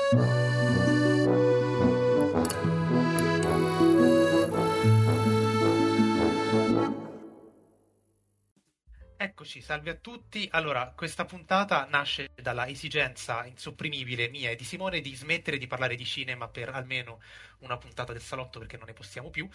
Eccoci, salve a tutti. Allora, questa puntata nasce dalla esigenza insopprimibile mia e di Simone di smettere di parlare di cinema per almeno una puntata del salotto perché non ne possiamo più.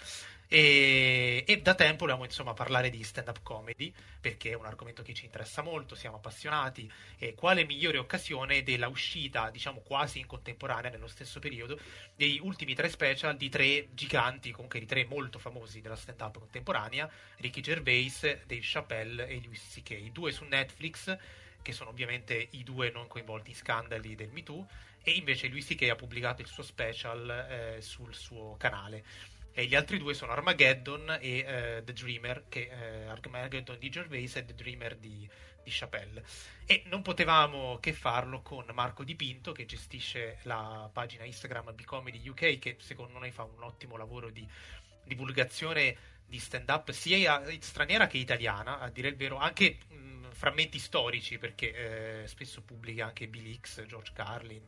E da tempo volevamo insomma parlare di stand-up comedy perché è un argomento che ci interessa molto, siamo appassionati. E quale migliore occasione della uscita, diciamo quasi in contemporanea, nello stesso periodo, dei ultimi tre special di tre giganti, comunque di tre molto famosi della stand-up contemporanea: Ricky Gervais, Dave Chappelle e Louis C.K. Due su Netflix, che sono ovviamente i due non coinvolti in scandali del Me Too, e invece Louis C.K. ha pubblicato il suo special sul suo canale. E gli altri due sono Armageddon e The Dreamer, Armageddon di Gervais e The Dreamer di Chappelle. E non potevamo che farlo con Marco Di Pinto, che gestisce la pagina Instagram Bcomedy UK, che secondo noi fa un ottimo lavoro di divulgazione di stand-up sia straniera che italiana, a dire il vero, anche frammenti storici, perché spesso pubblica anche Bill Hicks, George Carlin.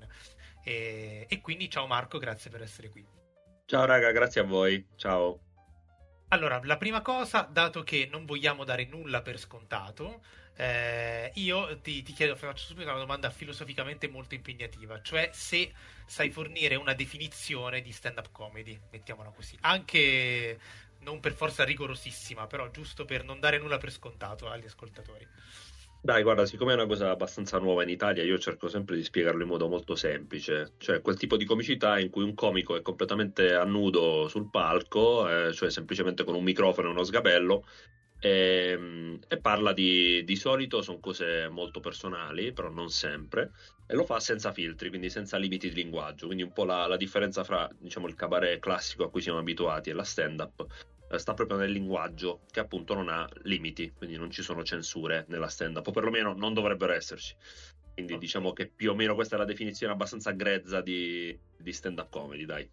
E quindi ciao Marco, grazie per essere qui. Ciao raga, grazie a voi. Ciao. Allora, la prima cosa, dato che non vogliamo dare nulla per scontato, io ti chiedo, faccio subito una domanda filosoficamente molto impegnativa, cioè se sai fornire una definizione di stand-up comedy, mettiamola così, anche non per forza rigorosissima, però giusto per non dare nulla per scontato agli ascoltatori. Dai, guarda, siccome è una cosa abbastanza nuova in Italia, io cerco sempre di spiegarlo in modo molto semplice, cioè quel tipo di comicità in cui un comico è completamente a nudo sul palco, cioè semplicemente con un microfono e uno sgabello, e parla di solito, sono cose molto personali, però non sempre, e lo fa senza filtri, quindi senza limiti di linguaggio, quindi un po' la differenza fra, diciamo, il cabaret classico a cui siamo abituati e la stand-up sta proprio nel linguaggio che appunto non ha limiti, quindi non ci sono censure nella stand-up, o perlomeno non dovrebbero esserci. Quindi Ok. diciamo che più o meno questa è la definizione abbastanza grezza di stand-up comedy, dai.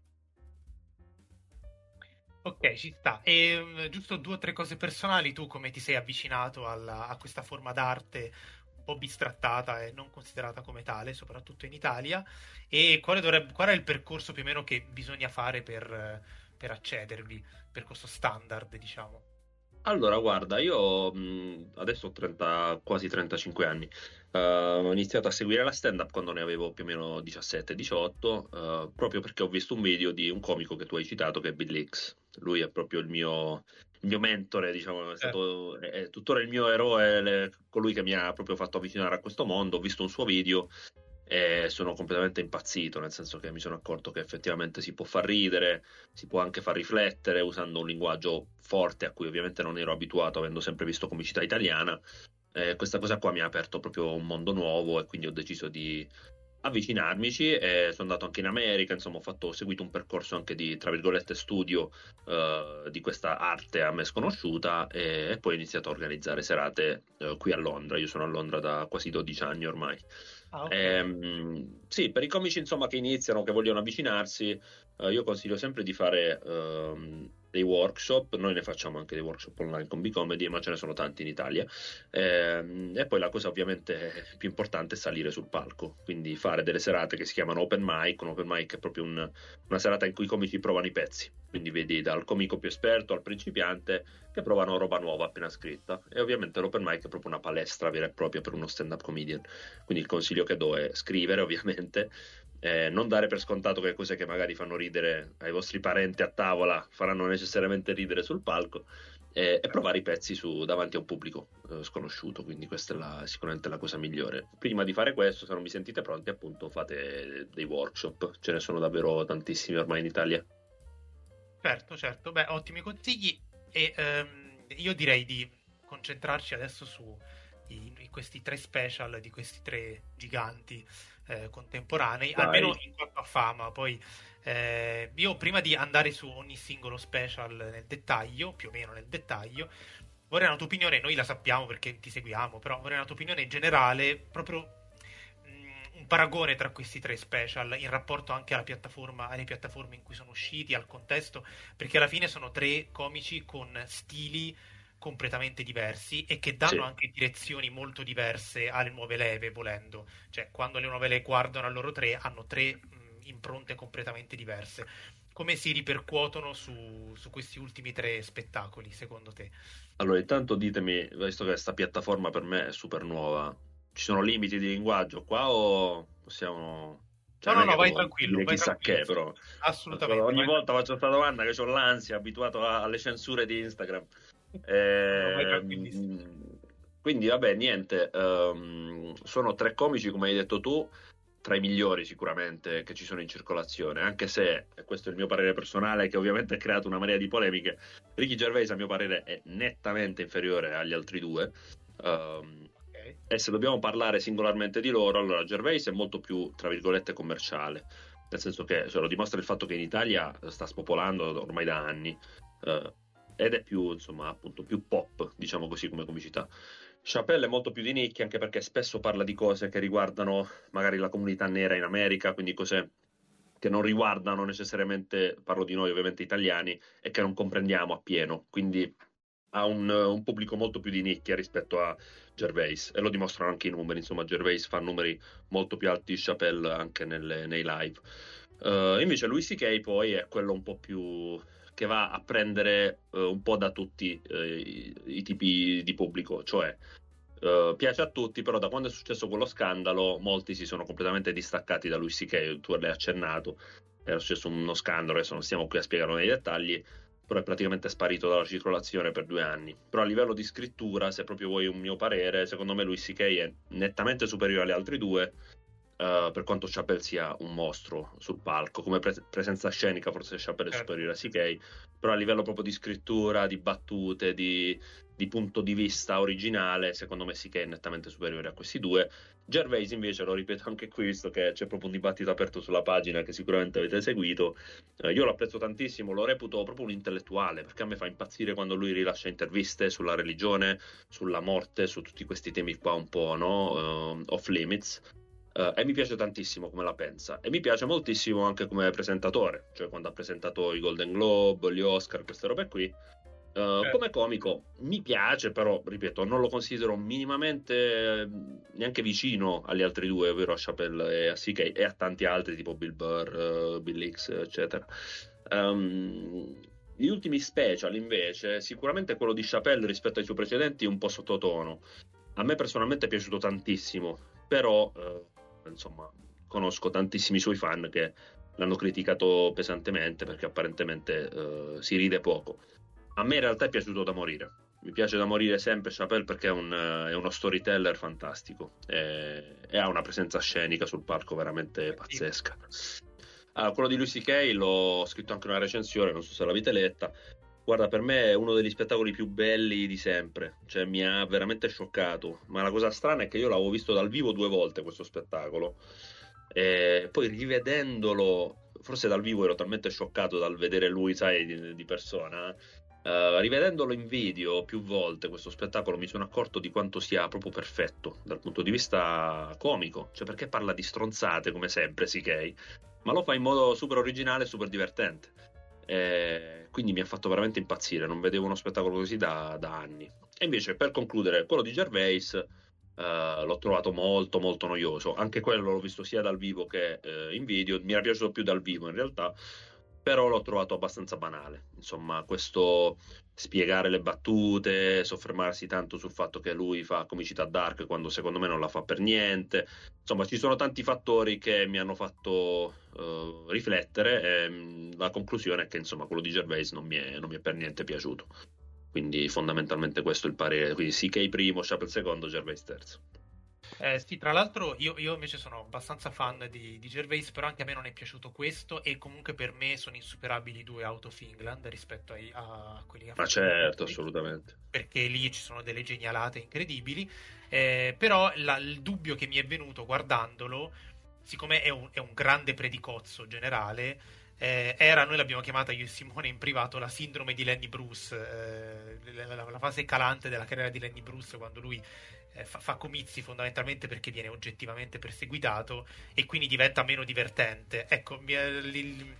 Ok, ci sta. E giusto due o tre cose personali, tu come ti sei avvicinato a questa forma d'arte un po' bistrattata e non considerata come tale, soprattutto in Italia, e qual è il percorso più o meno che bisogna fare per accedervi, per questo standard, diciamo? Allora, guarda, io adesso ho 30, quasi 35 anni. Ho iniziato a seguire la stand-up quando ne avevo più o meno 17-18, proprio perché ho visto un video di un comico che tu hai citato, che è Bill Hicks. Lui è proprio il mio mentore, diciamo, è tuttora il mio eroe, colui che mi ha proprio fatto avvicinare a questo mondo. Ho visto un suo video e sono completamente impazzito, nel senso che mi sono accorto che effettivamente si può far ridere, si può anche far riflettere usando un linguaggio forte a cui ovviamente non ero abituato, avendo sempre visto comicità italiana. Questa cosa qua mi ha aperto proprio un mondo nuovo e quindi ho deciso di avvicinarmici e sono andato anche in America, insomma ho seguito un percorso anche di, tra virgolette, studio di questa arte a me sconosciuta e poi ho iniziato a organizzare serate qui a Londra. Io sono a Londra da quasi 12 anni ormai. Ah, ok. Sì, per i comici insomma che iniziano, che vogliono avvicinarsi, io consiglio sempre di fare dei workshop. Noi ne facciamo anche dei workshop online con Bcomedy, ma ce ne sono tanti in Italia. E poi la cosa ovviamente più importante è salire sul palco, quindi fare delle serate che si chiamano open mic. Un open mic è proprio una serata in cui i comici provano i pezzi, quindi vedi dal comico più esperto al principiante che provano roba nuova appena scritta, e ovviamente l'open mic è proprio una palestra vera e propria per uno stand-up comedian. Quindi il consiglio che do è scrivere, ovviamente, non dare per scontato che cose che magari fanno ridere ai vostri parenti a tavola faranno necessariamente ridere sul palco, e provare i pezzi davanti a un pubblico sconosciuto. Quindi questa è sicuramente la cosa migliore. Prima di fare questo, se non vi sentite pronti, appunto, fate dei workshop. Ce ne sono davvero tantissimi ormai in Italia. Certo, certo. Beh, ottimi consigli. E io direi di concentrarci adesso su questi tre special di questi tre giganti contemporanei, almeno Vai. in quanto a fama. Poi io prima di andare su ogni singolo special nel dettaglio, più o meno nel dettaglio, vorrei una tua opinione, noi la sappiamo perché ti seguiamo, però vorrei una tua opinione generale, proprio un paragone tra questi tre special in rapporto anche alle piattaforme in cui sono usciti, al contesto, perché alla fine sono tre comici con stili completamente diversi e che danno Sì. anche direzioni molto diverse alle nuove leve, volendo. Cioè, quando le nuove leve guardano a loro tre, hanno tre impronte completamente diverse. Come si ripercuotono su questi ultimi tre spettacoli, secondo te? Allora, intanto ditemi, visto che questa piattaforma per me è super nuova, ci sono limiti di linguaggio qua o possiamo... No, Cioè, non no, è no, che devo dire vai chissà tranquillo. che, però Assolutamente, ogni vai volta tranquillo. faccio questa domanda che ho l'ansia, abituato alle censure di Instagram. No, no, vai tranquillissimo. Quindi, vabbè, niente, sono tre comici, come hai detto tu, tra i migliori sicuramente che ci sono in circolazione, anche se, e questo è il mio parere personale, che ovviamente ha creato una marea di polemiche, Ricky Gervais a mio parere è nettamente inferiore agli altri due. Ehm, Ok, e se dobbiamo parlare singolarmente di loro, allora Gervais è molto più, tra virgolette, commerciale, nel senso che lo dimostra il fatto che in Italia sta spopolando ormai da anni, eh, ed è più, insomma, appunto, più pop, diciamo così, come comicità. Chappelle è molto più di nicchia, anche perché spesso parla di cose che riguardano magari la comunità nera in America, quindi cose che non riguardano necessariamente, parlo di noi ovviamente italiani, e che non comprendiamo appieno. Quindi ha un pubblico molto più di nicchia rispetto a Gervais, e lo dimostrano anche i numeri. Insomma, Gervais fa numeri molto più alti di Chappelle anche nei live. Invece Louis C.K. poi è quello un po' più che va a prendere un po' da tutti i tipi di pubblico, cioè piace a tutti, però da quando è successo quello scandalo molti si sono completamente distaccati da Louis C.K., tu l'hai accennato, era successo uno scandalo, adesso non stiamo qui a spiegarlo nei dettagli, però è praticamente sparito dalla circolazione per 2 anni. Però a livello di scrittura, se proprio vuoi un mio parere, secondo me Louis C.K. è nettamente superiore agli altri due, per quanto Chappelle sia un mostro sul palco. Come presenza scenica forse Chappelle è certo. superiore a C.K., però a livello proprio di scrittura, di battute, di punto di vista originale, secondo me C.K. è nettamente superiore a questi due. Gervais invece, lo ripeto anche qui, visto che c'è proprio un dibattito aperto sulla pagina che sicuramente avete seguito, io lo apprezzo tantissimo, lo reputo proprio un intellettuale, perché a me fa impazzire quando lui rilascia interviste sulla religione, sulla morte, su tutti questi temi qua un po', no? Off limits. E mi piace tantissimo come la pensa, e mi piace moltissimo anche come presentatore, cioè quando ha presentato i Golden Globe, gli Oscar, queste robe qui. Certo. Come comico mi piace, però ripeto, non lo considero minimamente neanche vicino agli altri due, ovvero a Chappelle e a CK, e a tanti altri tipo Bill Burr, Bill X, eccetera. Gli ultimi special invece, sicuramente quello di Chappelle rispetto ai suoi precedenti è un po' sottotono. A me personalmente è piaciuto tantissimo, però insomma conosco tantissimi suoi fan che l'hanno criticato pesantemente perché apparentemente si ride poco. A me in realtà è piaciuto da morire. Mi piace da morire sempre Chappelle perché è uno storyteller fantastico e ha una presenza scenica sul palco veramente Sì. pazzesca. Ah, quello di Louis C.K. l'ho scritto anche in una recensione, non so se l'avete letta. Guarda, per me è uno degli spettacoli più belli di sempre, cioè mi ha veramente scioccato. Ma la cosa strana è che io l'avevo visto dal vivo 2 volte questo spettacolo, e poi rivedendolo, forse dal vivo ero talmente scioccato dal vedere lui, sai, di persona. Rivedendolo in video più volte, questo spettacolo, mi sono accorto di quanto sia proprio perfetto dal punto di vista comico, cioè perché parla di stronzate come sempre, CK, ma lo fa in modo super originale e super divertente. Quindi mi ha fatto veramente impazzire, non vedevo uno spettacolo così da anni. E invece, per concludere, quello di Gervais l'ho trovato molto molto noioso. Anche quello l'ho visto sia dal vivo che in video. Mi era piaciuto più dal vivo in realtà, però l'ho trovato abbastanza banale. Insomma, questo spiegare le battute, soffermarsi tanto sul fatto che lui fa comicità dark quando secondo me non la fa per niente. Insomma, ci sono tanti fattori che mi hanno fatto riflettere, e la conclusione è che insomma quello di Gervais non mi è per niente piaciuto. Quindi fondamentalmente questo è il parere. Quindi CK primo, Chappelle secondo, Gervais terzo. Sì, tra l'altro io invece sono abbastanza fan di Gervais, però anche a me non è piaciuto questo e comunque per me sono insuperabili i due Out of England rispetto a quelli che ha Ma fatto con certo, Netflix, assolutamente. perché lì ci sono delle genialate incredibili, però il dubbio che mi è venuto guardandolo, siccome è un grande predicozzo generale, noi l'abbiamo chiamata io e Simone in privato la sindrome di Lenny Bruce, la fase calante della carriera di Lenny Bruce quando lui fa comizi fondamentalmente perché viene oggettivamente perseguitato e quindi diventa meno divertente. Ecco,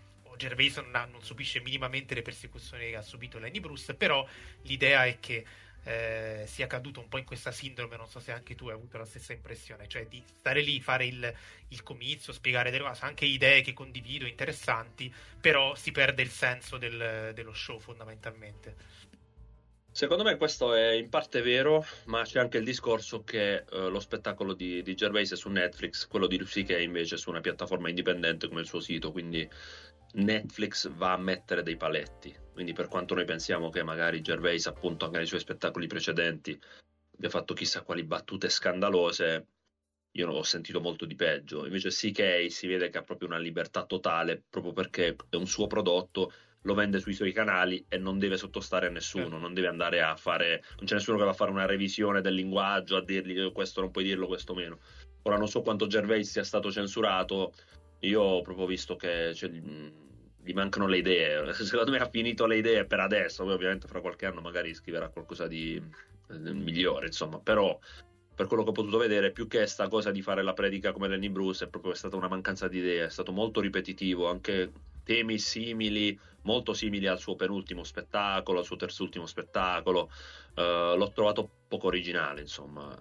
Gervais non subisce minimamente le persecuzioni che ha subito Lenny Bruce, però l'idea è che sia caduto un po' in questa sindrome, non so se anche tu hai avuto la stessa impressione, cioè di stare lì, fare il comizio, spiegare delle cose, anche idee che condivido, interessanti, però si perde il senso dello show fondamentalmente. Secondo me questo è in parte vero, ma c'è anche il discorso che lo spettacolo di Gervais è su Netflix, quello di Lucy Kay invece è su una piattaforma indipendente come il suo sito, quindi Netflix va a mettere dei paletti. Quindi per quanto noi pensiamo che magari Gervais, appunto, anche nei suoi spettacoli precedenti abbia fatto chissà quali battute scandalose, io ne ho sentito molto di peggio. Invece CK si vede che ha proprio una libertà totale, proprio perché è un suo prodotto, lo vende sui suoi canali e non deve sottostare a nessuno, Certo. non deve andare a fare, non c'è nessuno che va a fare una revisione del linguaggio, a dirgli che questo non puoi dirlo, questo meno. Ora non so quanto Gervais sia stato censurato, io ho proprio visto che gli mancano le idee. Secondo me ha finito le idee per adesso, poi ovviamente fra qualche anno magari scriverà qualcosa di migliore, insomma, però per quello che ho potuto vedere, più che sta cosa di fare la predica come Lenny Bruce, è proprio stata una mancanza di idee, è stato molto ripetitivo, anche temi simili, molto simili al suo penultimo spettacolo, al suo terzultimo spettacolo. L'ho trovato poco originale, insomma.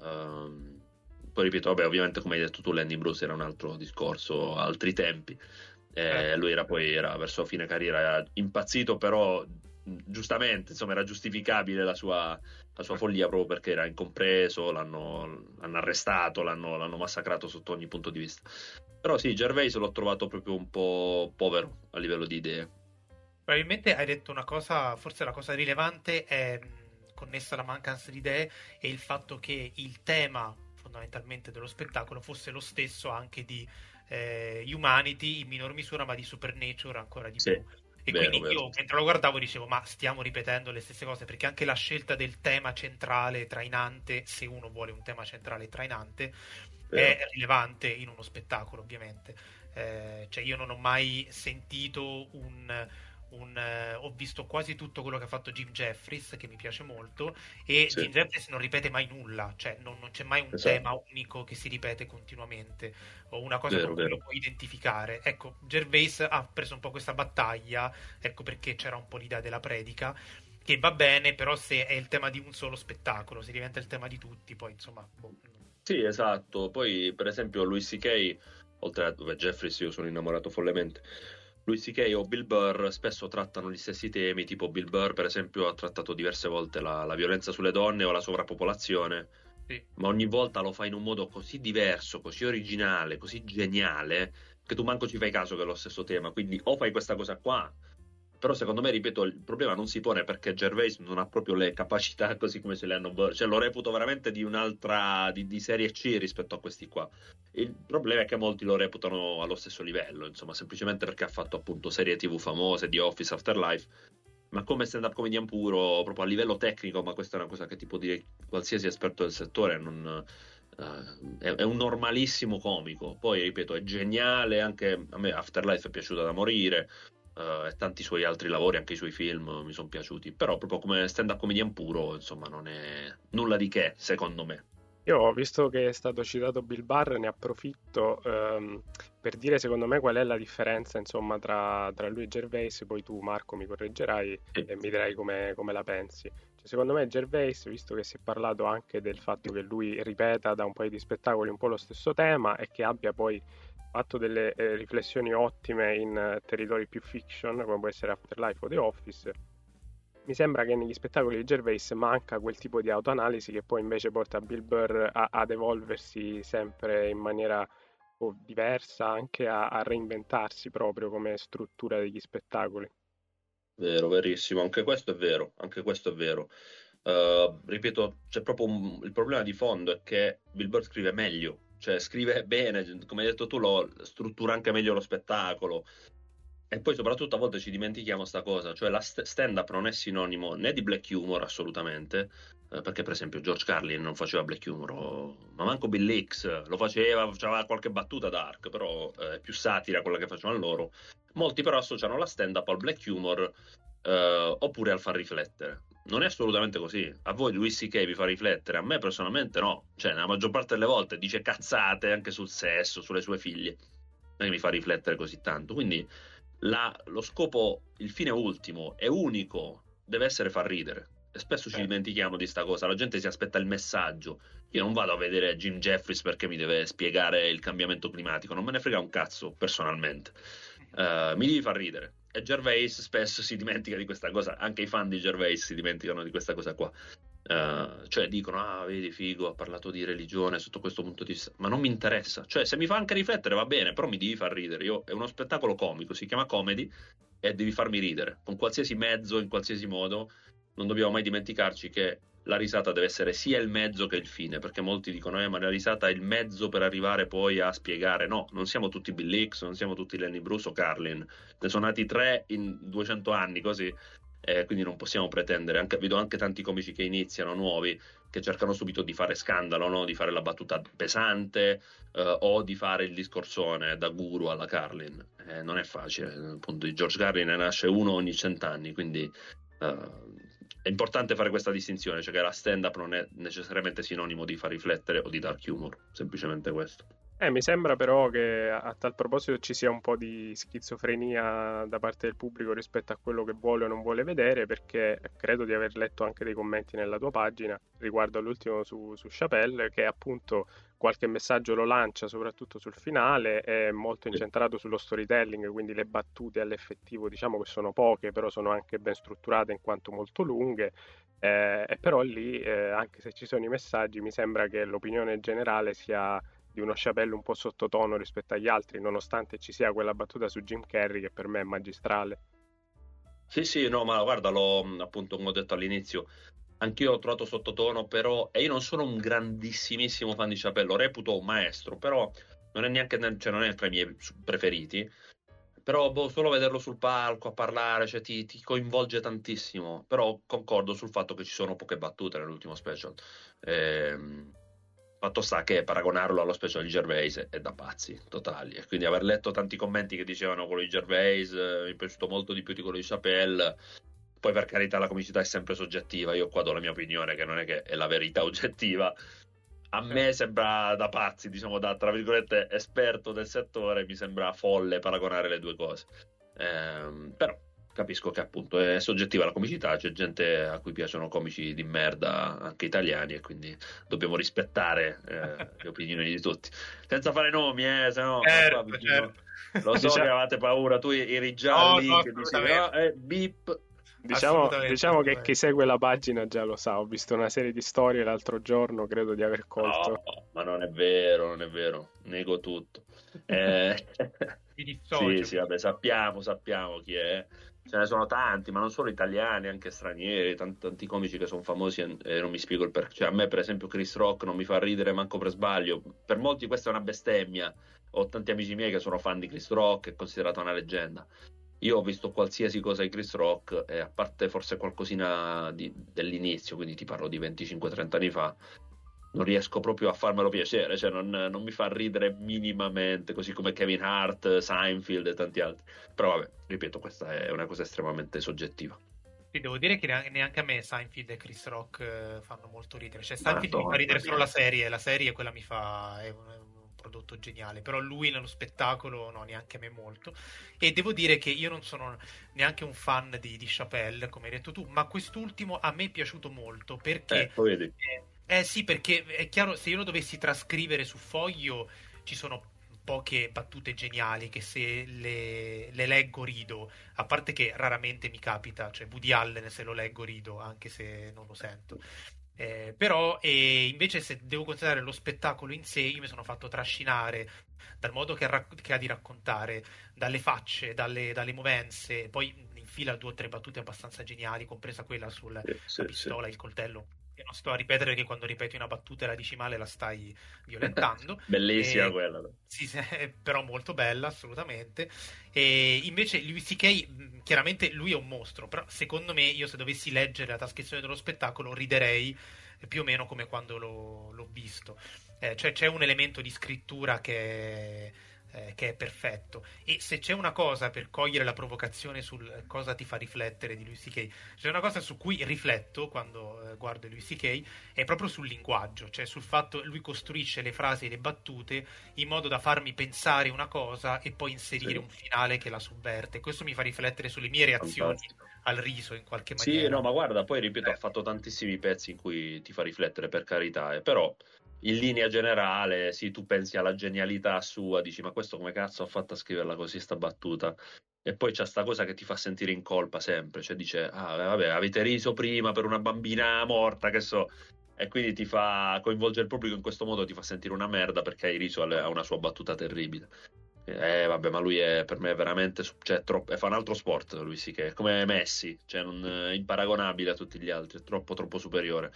Poi ripeto, vabbè, ovviamente come hai detto tu, Lenny Bruce era un altro discorso, altri tempi. Certo. Lui era verso fine carriera, era impazzito, però giustamente, insomma, era giustificabile la sua follia proprio perché era incompreso, l'hanno arrestato, l'hanno massacrato sotto ogni punto di vista. Però sì, Gervais l'ho trovato proprio un po' povero a livello di idee. Probabilmente hai detto una cosa, forse la cosa rilevante è connessa alla mancanza di idee e il fatto che il tema fondamentalmente dello spettacolo fosse lo stesso anche di Humanity in minor misura, ma di Supernature ancora di Sì, più. E vero, quindi vero, io mentre lo guardavo dicevo, ma stiamo ripetendo le stesse cose, perché anche la scelta del tema centrale trainante, se uno vuole un tema centrale trainante, è vero. rilevante in uno spettacolo, ovviamente. Cioè io non ho mai sentito ho visto quasi tutto quello che ha fatto Jim Jeffries, che mi piace molto, e Sì, Jim Jeffries non ripete mai nulla, cioè non c'è mai un tema esatto, unico che si ripete continuamente o una cosa con vero, cui lo vero. puoi identificare. Ecco, Gervais ha preso un po' questa battaglia, ecco perché c'era un po' l'idea della predica, che va bene, però se è il tema di un solo spettacolo, se diventa il tema di tutti, poi insomma, boh. Sì, esatto. Poi, per esempio, Louis C.K., oltre a beh, Jeffries, io sono innamorato follemente. Louis C.K. o Bill Burr spesso trattano gli stessi temi, tipo Bill Burr, per esempio, ha trattato diverse volte la violenza sulle donne o la sovrappopolazione, Sì. ma ogni volta lo fa in un modo così diverso, così originale, così geniale, che tu manco ci fai caso che è lo stesso tema. Quindi o fai questa cosa qua, però secondo me, ripeto, il problema non si pone perché Gervais non ha proprio le capacità così come se le hanno Burr, cioè lo reputo veramente di un'altra, di serie C rispetto a questi qua. Il problema è che molti lo reputano allo stesso livello, insomma, semplicemente perché ha fatto appunto serie TV famose di Office, Afterlife, ma come stand-up comedian puro, proprio a livello tecnico, ma questa è una cosa che ti può dire qualsiasi esperto del settore, è un normalissimo comico. Poi, ripeto, è geniale, anche a me Afterlife è piaciuta da morire, e tanti suoi altri lavori, anche i suoi film mi sono piaciuti, però proprio come stand-up comedian puro, insomma, non è nulla di che, secondo me. Io ho visto che è stato citato Bill Burr, ne approfitto per dire secondo me qual è la differenza insomma tra lui e Gervais, poi tu Marco mi correggerai Sì, e mi dirai come la pensi. Cioè, secondo me Gervais, visto che si è parlato anche del fatto che lui ripeta da un paio di spettacoli un po' lo stesso tema e che abbia poi fatto delle riflessioni ottime in territori più fiction, come può essere Afterlife o The Office, mi sembra che negli spettacoli di Gervais manca quel tipo di autoanalisi che poi invece porta Bill Burr ad evolversi sempre in maniera diversa, anche a reinventarsi proprio come struttura degli spettacoli. vero, verissimo, anche questo è vero, anche questo è vero. Ripeto, c'è proprio il problema di fondo è che Bill Burr scrive meglio, cioè scrive bene, come hai detto tu, lo struttura anche meglio lo spettacolo. E poi soprattutto a volte ci dimentichiamo sta cosa, cioè la stand-up non è sinonimo né di black humor assolutamente, perché per esempio George Carlin non faceva black humor, ma manco Bill Hicks lo faceva qualche battuta dark, però è più satira quella che facevano loro. Molti però associano la stand-up al black humor, oppure al far riflettere. Non è assolutamente così. A voi Louis C.K. vi fa riflettere, a me personalmente no. Cioè, nella maggior parte delle volte dice cazzate anche sul sesso, sulle sue figlie. Non è che mi fa riflettere così tanto. Quindi lo scopo, il fine ultimo e unico deve essere far ridere. e spesso ci dimentichiamo di sta cosa. La gente si aspetta il messaggio. Io non vado a vedere Jim Jeffries perché mi deve spiegare il cambiamento climatico, non me ne frega un cazzo personalmente. Mi devi far ridere. E Gervais spesso si dimentica di questa cosa, anche i fan di Gervais si dimenticano di questa cosa qua. Cioè dicono, ah, vedi, figo, ha parlato di religione sotto questo punto di vista, ma non mi interessa. Cioè, se mi fa anche riflettere va bene, però mi devi far ridere. È uno spettacolo comico, si chiama comedy, e devi farmi ridere con qualsiasi mezzo, in qualsiasi modo. Non dobbiamo mai dimenticarci che la risata deve essere sia il mezzo che il fine, perché molti dicono, ma la risata è il mezzo per arrivare poi a spiegare. No, non siamo tutti Bill Hicks, non siamo tutti Lenny Bruce o Carlin, ne sono nati 3 in 200 anni, così, quindi non possiamo pretendere. Vedo anche tanti comici che iniziano, nuovi, che cercano subito di fare scandalo, no? Di fare la battuta pesante, o di fare il discorsone da guru alla Carlin. Non è facile, appunto, di George Carlin ne nasce uno ogni 100 anni, quindi è importante fare questa distinzione, cioè che la stand-up non è necessariamente sinonimo di far riflettere o di dark humor, semplicemente questo. Mi sembra però che a tal proposito ci sia un po' di schizofrenia da parte del pubblico rispetto a quello che vuole o non vuole vedere, perché credo di aver letto anche dei commenti nella tua pagina riguardo all'ultimo su Chappelle, che appunto qualche messaggio lo lancia soprattutto sul finale, è molto incentrato sullo storytelling, quindi le battute all'effettivo diciamo che sono poche, però sono anche ben strutturate in quanto molto lunghe. E però lì, anche se ci sono i messaggi, mi sembra che l'opinione generale sia di uno Chappelle un po' sottotono rispetto agli altri, nonostante ci sia quella battuta su Jim Carrey che per me è magistrale. Sì, no, ma guarda, appunto, come ho detto all'inizio, anch'io l'ho trovato sottotono, però, e io non sono un grandissimissimo fan di Chappelle, lo reputo un maestro, però non è neanche, cioè non è tra i miei preferiti, però solo vederlo sul palco a parlare, cioè ti coinvolge tantissimo, però concordo sul fatto che ci sono poche battute nell'ultimo special. Fatto sta che paragonarlo allo special di Gervais è da pazzi totali, e quindi aver letto tanti commenti che dicevano quello di Gervais mi è piaciuto molto di più di quello di Chappelle. Poi per carità la comicità è sempre soggettiva, io qua do la mia opinione che non è che è la verità oggettiva. A me sembra da pazzi, diciamo da tra virgolette esperto del settore, mi sembra folle paragonare le due cose. Però capisco che appunto è soggettiva la comicità, c'è gente a cui piacciono comici di merda, anche italiani, e quindi dobbiamo rispettare le opinioni di tutti. Senza fare nomi, se no... Certo. Lo so che avevate paura, tu eri già lì che dicevi, bip... Diciamo che chi segue la pagina già lo sa, ho visto una serie di storie l'altro giorno, credo di aver colto. No, ma non è vero, nego tutto. Sì, vabbè, sappiamo chi è. Ce ne sono tanti, ma non solo italiani, anche stranieri, tanti comici che sono famosi e non mi spiego il perché. Cioè, a me, per esempio, Chris Rock non mi fa ridere manco per sbaglio. Per molti questa è una bestemmia. Ho tanti amici miei che sono fan di Chris Rock, è considerato una leggenda. Io ho visto qualsiasi cosa di Chris Rock, e a parte forse qualcosina dell'inizio, quindi ti parlo di 25-30 anni fa, non riesco proprio a farmelo piacere, cioè non mi fa ridere minimamente, così come Kevin Hart, Seinfeld e tanti altri. Però vabbè, ripeto, questa è una cosa estremamente soggettiva. Sì, devo dire che neanche a me Seinfeld e Chris Rock fanno molto ridere. Cioè, Seinfeld mi fa ridere solo la serie quella è un prodotto geniale, però lui nello spettacolo no, neanche a me molto. E devo dire che io non sono neanche un fan di Chappelle, come hai detto tu, ma quest'ultimo a me è piaciuto molto perché... vedi. Sì, perché è chiaro, se io lo dovessi trascrivere su foglio ci sono poche battute geniali che se le leggo rido, a parte che raramente mi capita, cioè Woody Allen se lo leggo rido anche se non lo sento. Però invece se devo considerare lo spettacolo in sé, io mi sono fatto trascinare dal modo che ha di raccontare, dalle facce, dalle movenze, poi infila 2 o 3 battute abbastanza geniali, compresa quella sulla pistola, il coltello, che non sto a ripetere perché quando ripeti una battuta e la dici male la stai violentando. Bellissima quella. Sì, però molto bella, assolutamente. E invece Louis C.K., chiaramente lui è un mostro, però secondo me io se dovessi leggere la trascrizione dello spettacolo riderei più o meno come quando l'ho visto. Cioè c'è un elemento di scrittura che che è perfetto. E se c'è una cosa, per cogliere la provocazione sul cosa ti fa riflettere di Louis C.K., c'è una cosa su cui rifletto quando guardo Louis C.K., è proprio sul linguaggio, cioè sul fatto lui costruisce le frasi e le battute in modo da farmi pensare una cosa e poi inserire un finale che la sovverte. Questo mi fa riflettere sulle mie reazioni al riso in qualche maniera. Sì, no, ma guarda, poi ripeto, ha fatto tantissimi pezzi in cui ti fa riflettere, per carità, però in linea generale, sì, tu pensi alla genialità sua, dici, ma questo come cazzo ha fatto a scriverla così, sta battuta? E poi c'è sta cosa che ti fa sentire in colpa sempre, cioè dice, ah, vabbè, avete riso prima per una bambina morta, che so, e quindi ti fa coinvolgere il pubblico in questo modo, ti fa sentire una merda perché hai riso a una sua battuta terribile. Vabbè, ma lui è per me veramente, cioè, fa un altro sport, lui sì, che è come Messi, cioè non è imparagonabile a tutti gli altri, è troppo superiore.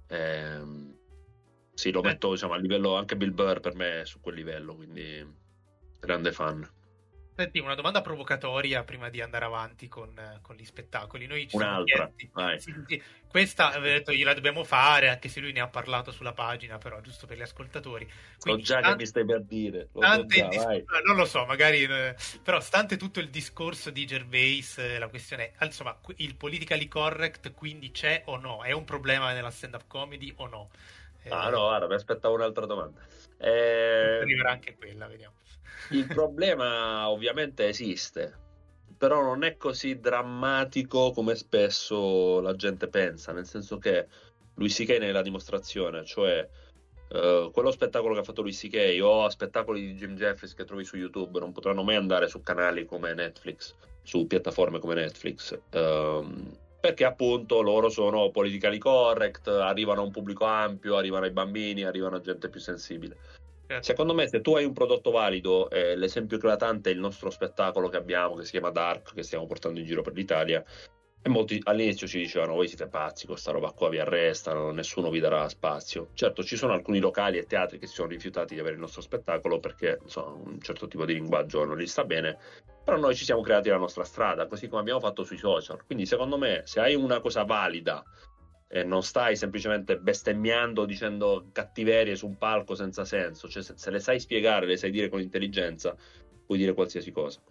Sì, lo metto, diciamo, a livello, anche Bill Burr per me è su quel livello, quindi grande fan. Senti, una domanda provocatoria prima di andare avanti con gli spettacoli. Noi ci siamo Un'altra, chiesti, vai. sì, questa avevo detto gliela dobbiamo fare, anche se lui ne ha parlato sulla pagina, però giusto per gli ascoltatori. Quindi, So già che mi stai per dire, lo so già, vai. non lo so, magari, però stante tutto il discorso di Gervais, la questione è, insomma, il politically correct quindi c'è o no? È un problema nella stand-up comedy o no? Ah no, guarda, mi aspettavo un'altra domanda. Arriverà anche quella, vediamo. Il problema ovviamente esiste, però non è così drammatico come spesso la gente pensa, nel senso che Louis C.K. ne è la dimostrazione, cioè quello spettacolo che ha fatto Louis C.K. o spettacoli di Jim Jeffries che trovi su YouTube non potranno mai andare su canali come Netflix, su piattaforme come Netflix, perché appunto loro sono politically correct, arrivano a un pubblico ampio, arrivano ai bambini, arrivano a gente più sensibile. Secondo me, se tu hai un prodotto valido, l'esempio eclatante è il nostro spettacolo che abbiamo, che si chiama Dark, che stiamo portando in giro per l'Italia, e molti all'inizio ci dicevano, voi siete pazzi, con sta roba qua vi arrestano, nessuno vi darà spazio. Certo, ci sono alcuni locali e teatri che si sono rifiutati di avere il nostro spettacolo perché, insomma, un certo tipo di linguaggio non gli sta bene, però noi ci siamo creati la nostra strada, così come abbiamo fatto sui social. Quindi, secondo me, se hai una cosa valida e non stai semplicemente bestemmiando, dicendo cattiverie su un palco senza senso, cioè se le sai spiegare, le sai dire con intelligenza, puoi dire qualsiasi cosa,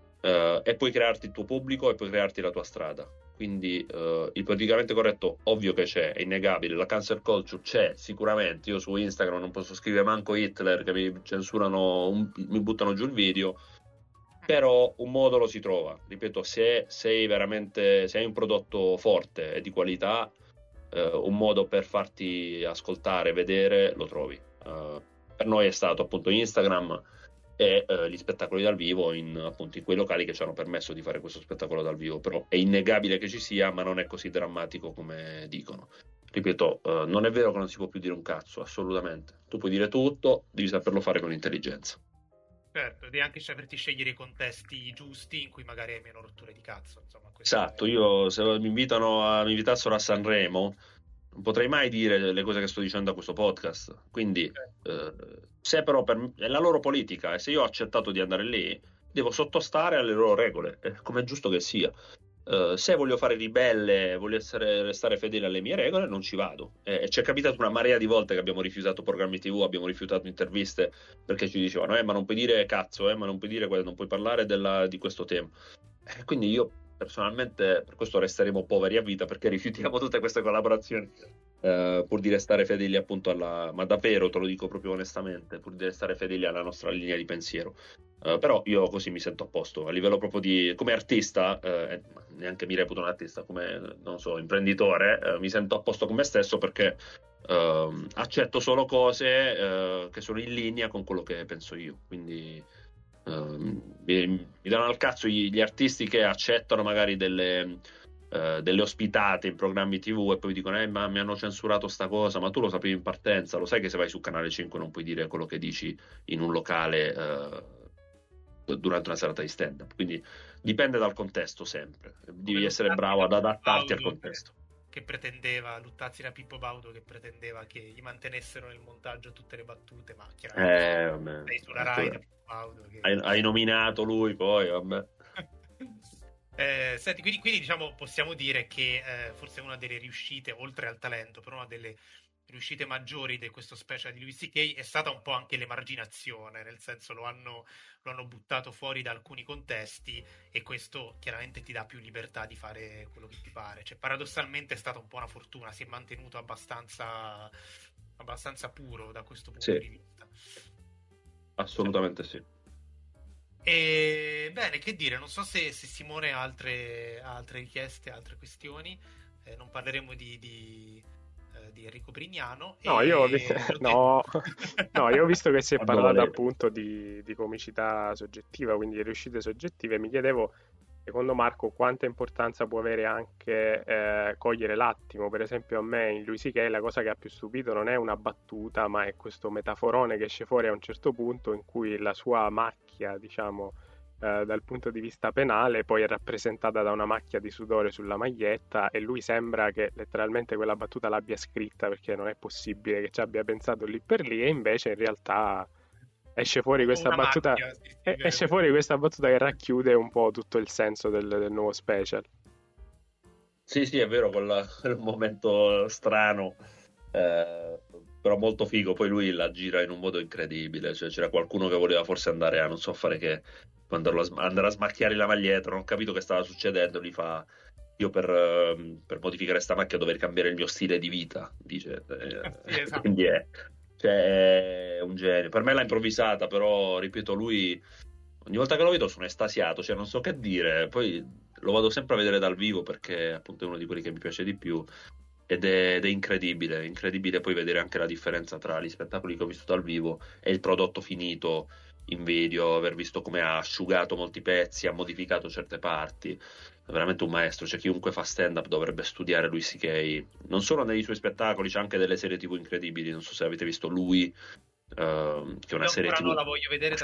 e puoi crearti il tuo pubblico e puoi crearti la tua strada. Quindi il politicamente corretto ovvio che c'è, è innegabile, la cancel culture c'è sicuramente. Io su Instagram non posso scrivere manco Hitler che mi censurano, mi buttano giù il video, però un modo lo si trova, ripeto, se hai un prodotto forte e di qualità, un modo per farti ascoltare, vedere, lo trovi. Per noi è stato appunto Instagram e gli spettacoli dal vivo appunto in quei locali che ci hanno permesso di fare questo spettacolo dal vivo. Però è innegabile che ci sia, ma non è così drammatico come dicono. Ripeto, non è vero che non si può più dire un cazzo, assolutamente. Tu puoi dire tutto, devi saperlo fare con intelligenza. Certo, devi anche saperti scegliere i contesti giusti in cui magari hai meno rotture di cazzo. Insomma, esatto, io se mi invitassero a Sanremo, non potrei mai dire le cose che sto dicendo a questo podcast. Quindi, se però è la loro politica e se io ho accettato di andare lì, devo sottostare alle loro regole, come è giusto che sia. Se voglio fare ribelle, voglio restare fedele alle mie regole, non ci vado. Ci è capitato una marea di volte che abbiamo rifiutato programmi TV, abbiamo rifiutato interviste perché ci dicevano ma non puoi dire cazzo, ma non puoi dire non puoi parlare di questo tema. Quindi io personalmente per questo resteremo poveri a vita, perché rifiutiamo tutte queste collaborazioni pur di restare fedeli appunto ma davvero te lo dico proprio onestamente, pur di restare fedeli alla nostra linea di pensiero. Però io così mi sento a posto a livello proprio come artista, neanche mi reputo un artista, come non so, imprenditore, mi sento a posto con me stesso perché accetto solo cose che sono in linea con quello che penso io. Quindi mi danno al cazzo gli artisti che accettano magari delle ospitate in programmi TV e poi dicono ma mi hanno censurato sta cosa, ma tu lo sapevi in partenza, lo sai che se vai su Canale 5 non puoi dire quello che dici in un locale durante una serata di stand-up. Quindi dipende dal contesto sempre, devi essere bravo ad adattarti al contesto. Che pretendeva Luttazzi da Pippo Baudo, che pretendeva che gli mantenessero nel montaggio tutte le battute, ma chiaramente sei sulla Rai da Pippo Baudo che... hai nominato lui poi, vabbè. Senti, quindi diciamo possiamo dire che forse una delle riuscite, oltre al talento, però una delle riuscite maggiori di questo special di Louis C.K. è stata un po' anche l'emarginazione, nel senso lo hanno buttato fuori da alcuni contesti e questo chiaramente ti dà più libertà di fare quello che ti pare. Cioè, paradossalmente è stata un po' una fortuna, si è mantenuto abbastanza puro da questo punto di vista. Assolutamente sì. E bene, che dire, non so se Simone ha altre richieste, altre questioni. Non parleremo di Enrico Brignano. No, io ho visto che si è parlato appunto di comicità soggettiva, quindi di riuscite soggettive. Mi chiedevo, secondo Marco, quanta importanza può avere anche cogliere l'attimo. Per esempio, a me in Louis C.K. la cosa che ha più stupito non è una battuta, ma è questo metaforone che esce fuori a un certo punto in cui la sua macchia, diciamo, dal punto di vista penale, poi è rappresentata da una macchia di sudore sulla maglietta e lui sembra che letteralmente quella battuta l'abbia scritta, perché non è possibile che ci abbia pensato lì per lì, e invece in realtà esce fuori questa battuta, esce fuori questa battuta che racchiude un po' tutto il senso del nuovo special. Sì, è vero, quel momento strano, però molto figo. Poi lui la gira in un modo incredibile, cioè c'era qualcuno che voleva forse andare a non so fare che, andare a smacchiare la maglietta, non ho capito che stava succedendo, gli fa: io per modificare sta macchia dovrei cambiare il mio stile di vita, dice. Sì, esatto. Quindi è un genio. Per me l'ha improvvisata, però ripeto, lui ogni volta che lo vedo sono estasiato, cioè non so che dire. Poi lo vado sempre a vedere dal vivo perché appunto è uno di quelli che mi piace di più ed è incredibile poi vedere anche la differenza tra gli spettacoli che ho visto dal vivo e il prodotto finito in video, aver visto come ha asciugato molti pezzi, ha modificato certe parti. È veramente un maestro, cioè chiunque fa stand up dovrebbe studiare Louis C.K. non solo nei suoi spettacoli, c'è anche delle serie TV incredibili. Non so se avete visto Lui, che è una serie TV la voglio vedere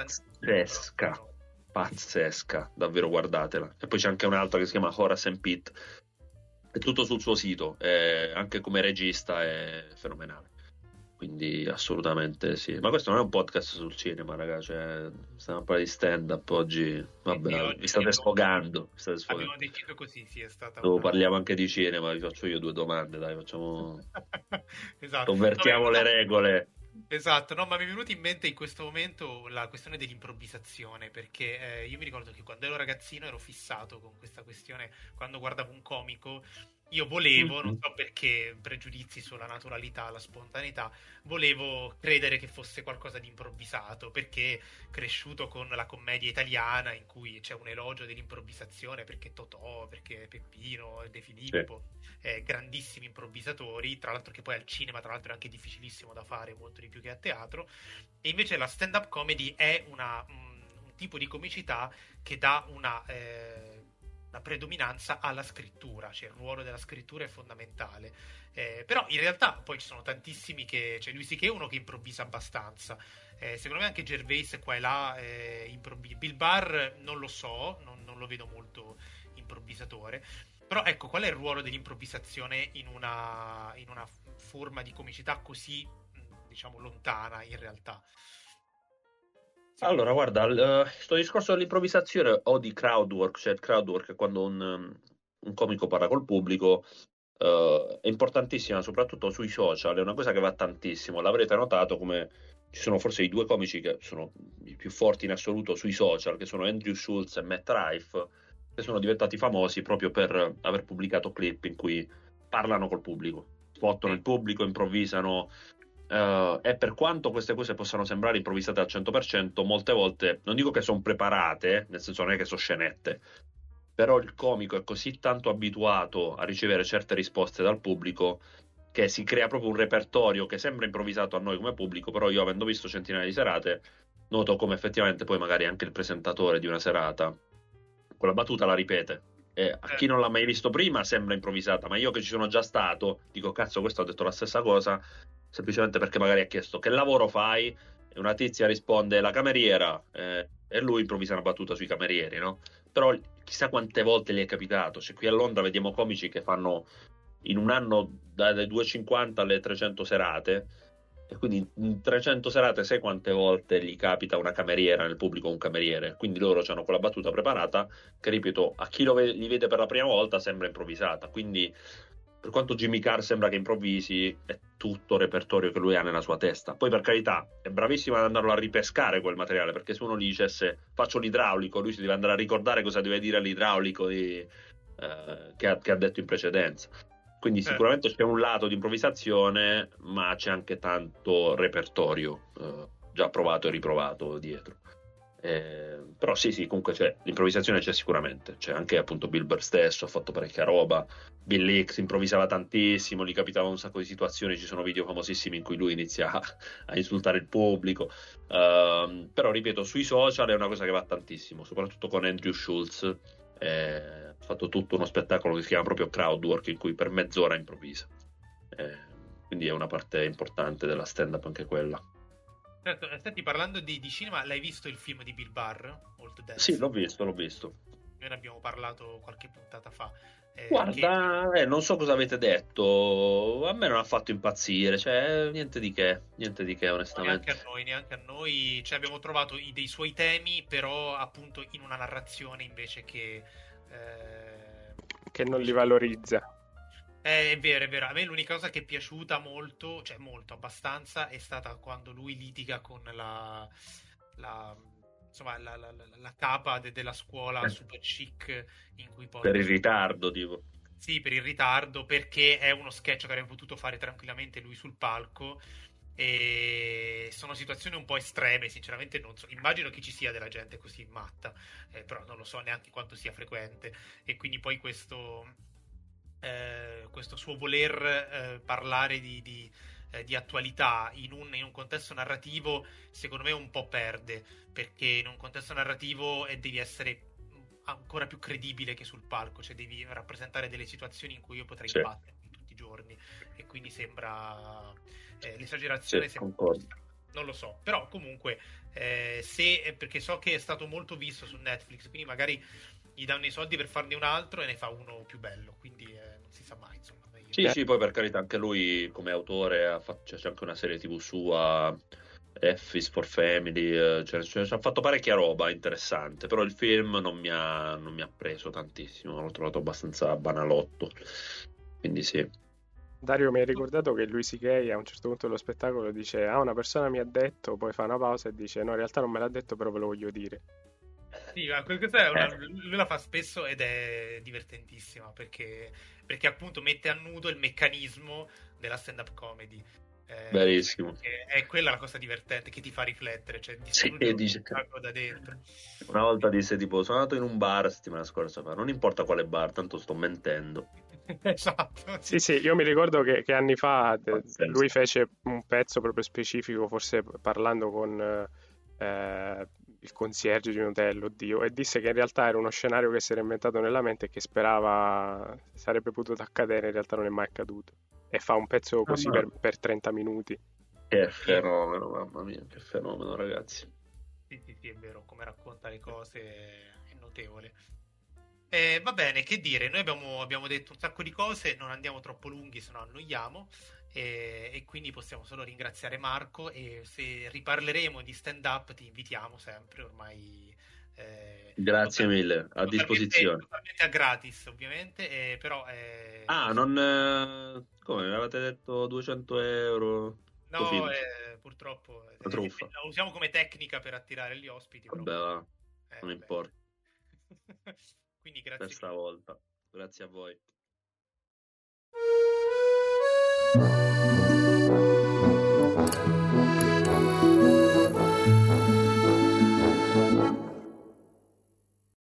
pazzesca, davvero, guardatela. E poi c'è anche un'altra che si chiama Horace and Pete, è tutto sul suo sito, anche come regista è fenomenale. Quindi assolutamente sì. Ma questo non è un podcast sul cinema, ragazzi. Cioè, stiamo a parlare di stand-up oggi. Vabbè, vi state sfogando. Abbiamo deciso così, sì, è stata parliamo anche di cinema, vi faccio io 2 domande, dai, facciamo... Esatto. Convertiamo le regole. Esatto, no, ma mi è venuta in mente in questo momento la questione dell'improvvisazione, perché io mi ricordo che quando ero ragazzino ero fissato con questa questione, quando guardavo un comico, io volevo, non so perché, pregiudizi sulla naturalità, la spontaneità, volevo credere che fosse qualcosa di improvvisato, perché cresciuto con la commedia italiana in cui c'è un elogio dell'improvvisazione, perché Totò, perché Peppino, De Filippo, grandissimi improvvisatori, tra l'altro che poi al cinema tra l'altro è anche difficilissimo da fare, molto di più che a teatro, e invece la stand-up comedy è un tipo di comicità che dà una predominanza alla scrittura, cioè il ruolo della scrittura è fondamentale, però in realtà poi ci sono tantissimi cioè lui sì che è uno che improvvisa abbastanza, secondo me anche Gervais qua e là Bill Burr non lo so, non lo vedo molto improvvisatore, però ecco, qual è il ruolo dell'improvvisazione in una forma di comicità così, diciamo, lontana in realtà? Allora, guarda, sto discorso dell'improvvisazione o di crowdwork, cioè il crowdwork è quando un comico parla col pubblico, è importantissima, soprattutto sui social, è una cosa che va tantissimo. L'avrete notato come ci sono forse i 2 comici che sono i più forti in assoluto sui social, che sono Andrew Schulz e Matt Rife, che sono diventati famosi proprio per aver pubblicato clip in cui parlano col pubblico, spottano il pubblico, improvvisano. E per quanto queste cose possano sembrare improvvisate al 100%, molte volte non dico che sono preparate, nel senso non è che sono scenette, però il comico è così tanto abituato a ricevere certe risposte dal pubblico che si crea proprio un repertorio che sembra improvvisato a noi come pubblico, però io, avendo visto centinaia di serate, noto come effettivamente poi magari anche il presentatore di una serata quella battuta la ripete. E a chi non l'ha mai visto prima sembra improvvisata, ma io che ci sono già stato dico: cazzo, questo ha detto la stessa cosa semplicemente perché magari ha chiesto che lavoro fai, e una tizia risponde la cameriera, e lui improvvisa una battuta sui camerieri, no? Però chissà quante volte gli è capitato. Cioè, qui a Londra vediamo comici che fanno in un anno dalle 250 alle 300 serate, e quindi in 300 serate sai quante volte gli capita una cameriera nel pubblico o un cameriere, quindi loro hanno quella battuta preparata che, ripeto, a chi li vede per la prima volta sembra improvvisata. Quindi per quanto Jimmy Carr sembra che improvvisi, è tutto repertorio che lui ha nella sua testa. Poi, per carità, è bravissimo ad andarlo a ripescare quel materiale, perché se uno gli dicesse faccio l'idraulico, lui si deve andare a ricordare cosa deve dire all'idraulico che ha detto in precedenza. Quindi sicuramente c'è un lato di improvvisazione, ma c'è anche tanto repertorio già provato e riprovato dietro. Però sì, comunque l'improvvisazione c'è sicuramente. C'è anche appunto Bill Burr stesso, ha fatto parecchia roba. Bill Hicks improvvisava tantissimo, gli capitava un sacco di situazioni. Ci sono video famosissimi in cui lui inizia a insultare il pubblico. Però ripeto, sui social è una cosa che va tantissimo, soprattutto con Andrew Schulz. Ha fatto tutto uno spettacolo che si chiama proprio Crowdwork, in cui per mezz'ora improvvisa. Quindi è una parte importante della stand-up anche quella. Certo, senti, parlando di cinema, l'hai visto il film di Bill Burr, Old Dance? Sì, l'ho visto. Noi ne abbiamo parlato qualche puntata fa. Guarda, non so cosa avete detto, a me non ha fatto impazzire, cioè niente di che, onestamente. Neanche a noi, cioè, abbiamo trovato dei suoi temi, però appunto in una narrazione invece che non li valorizza. È vero. A me l'unica cosa che è piaciuta molto, cioè molto, abbastanza, è stata quando lui litiga con insomma, la capa della scuola super chic in cui poi... Per il ritardo, tipo. Sì, per il ritardo, perché è uno sketch che avrebbe potuto fare tranquillamente lui sul palco. E sono situazioni un po' estreme, sinceramente non so, immagino che ci sia della gente così matta, però non lo so neanche quanto sia frequente, e quindi poi questo suo voler parlare di attualità in un contesto narrativo, secondo me un po' perde, perché in un contesto narrativo devi essere ancora più credibile che sul palco, cioè devi rappresentare delle situazioni in cui io potrei battermi tutti i giorni, e quindi sembra l'esagerazione non lo so, però comunque perché so che è stato molto visto su Netflix, quindi magari gli danno i soldi per farne un altro e ne fa uno più bello, quindi non si sa mai, insomma. Sì, poi per carità anche lui come autore c'è anche una serie TV sua, F is for Family, ci ha fatto parecchia roba interessante, però il film non mi ha preso tantissimo, l'ho trovato abbastanza banalotto, quindi sì. Dario mi ha ricordato che Louis C.K. a un certo punto dello spettacolo dice una persona mi ha detto, poi fa una pausa e dice no, in realtà non me l'ha detto, però ve lo voglio dire. Sì, ma questa lui la fa spesso ed è divertentissima perché appunto mette a nudo il meccanismo della stand-up comedy. Verissimo. È quella la cosa divertente che ti fa riflettere, cioè dice da dentro. Una volta disse tipo sono andato in un bar settimana scorsa, non importa quale bar, tanto sto mentendo. Esatto. Sì, io mi ricordo che anni fa lui fece un pezzo proprio specifico, forse parlando con il concierge di un hotel, oddio, e disse che in realtà era uno scenario che si era inventato nella mente e che sperava sarebbe potuto accadere, in realtà non è mai accaduto. E fa un pezzo così per 30 minuti. Che fenomeno, mamma mia, che fenomeno, ragazzi. Sì, è vero, come racconta le cose è notevole. Va bene, che dire, noi abbiamo detto un sacco di cose, non andiamo troppo lunghi, se no annoiamo, e quindi possiamo solo ringraziare Marco, e se riparleremo di stand-up ti invitiamo sempre, ormai... Grazie mille, a disposizione. Totalmente a gratis, ovviamente, però... non... come, avete detto 200 euro? No, purtroppo la truffa. La usiamo come tecnica per attirare gli ospiti. Vabbè, va, non importa. Quindi grazie per stavolta. Grazie a voi.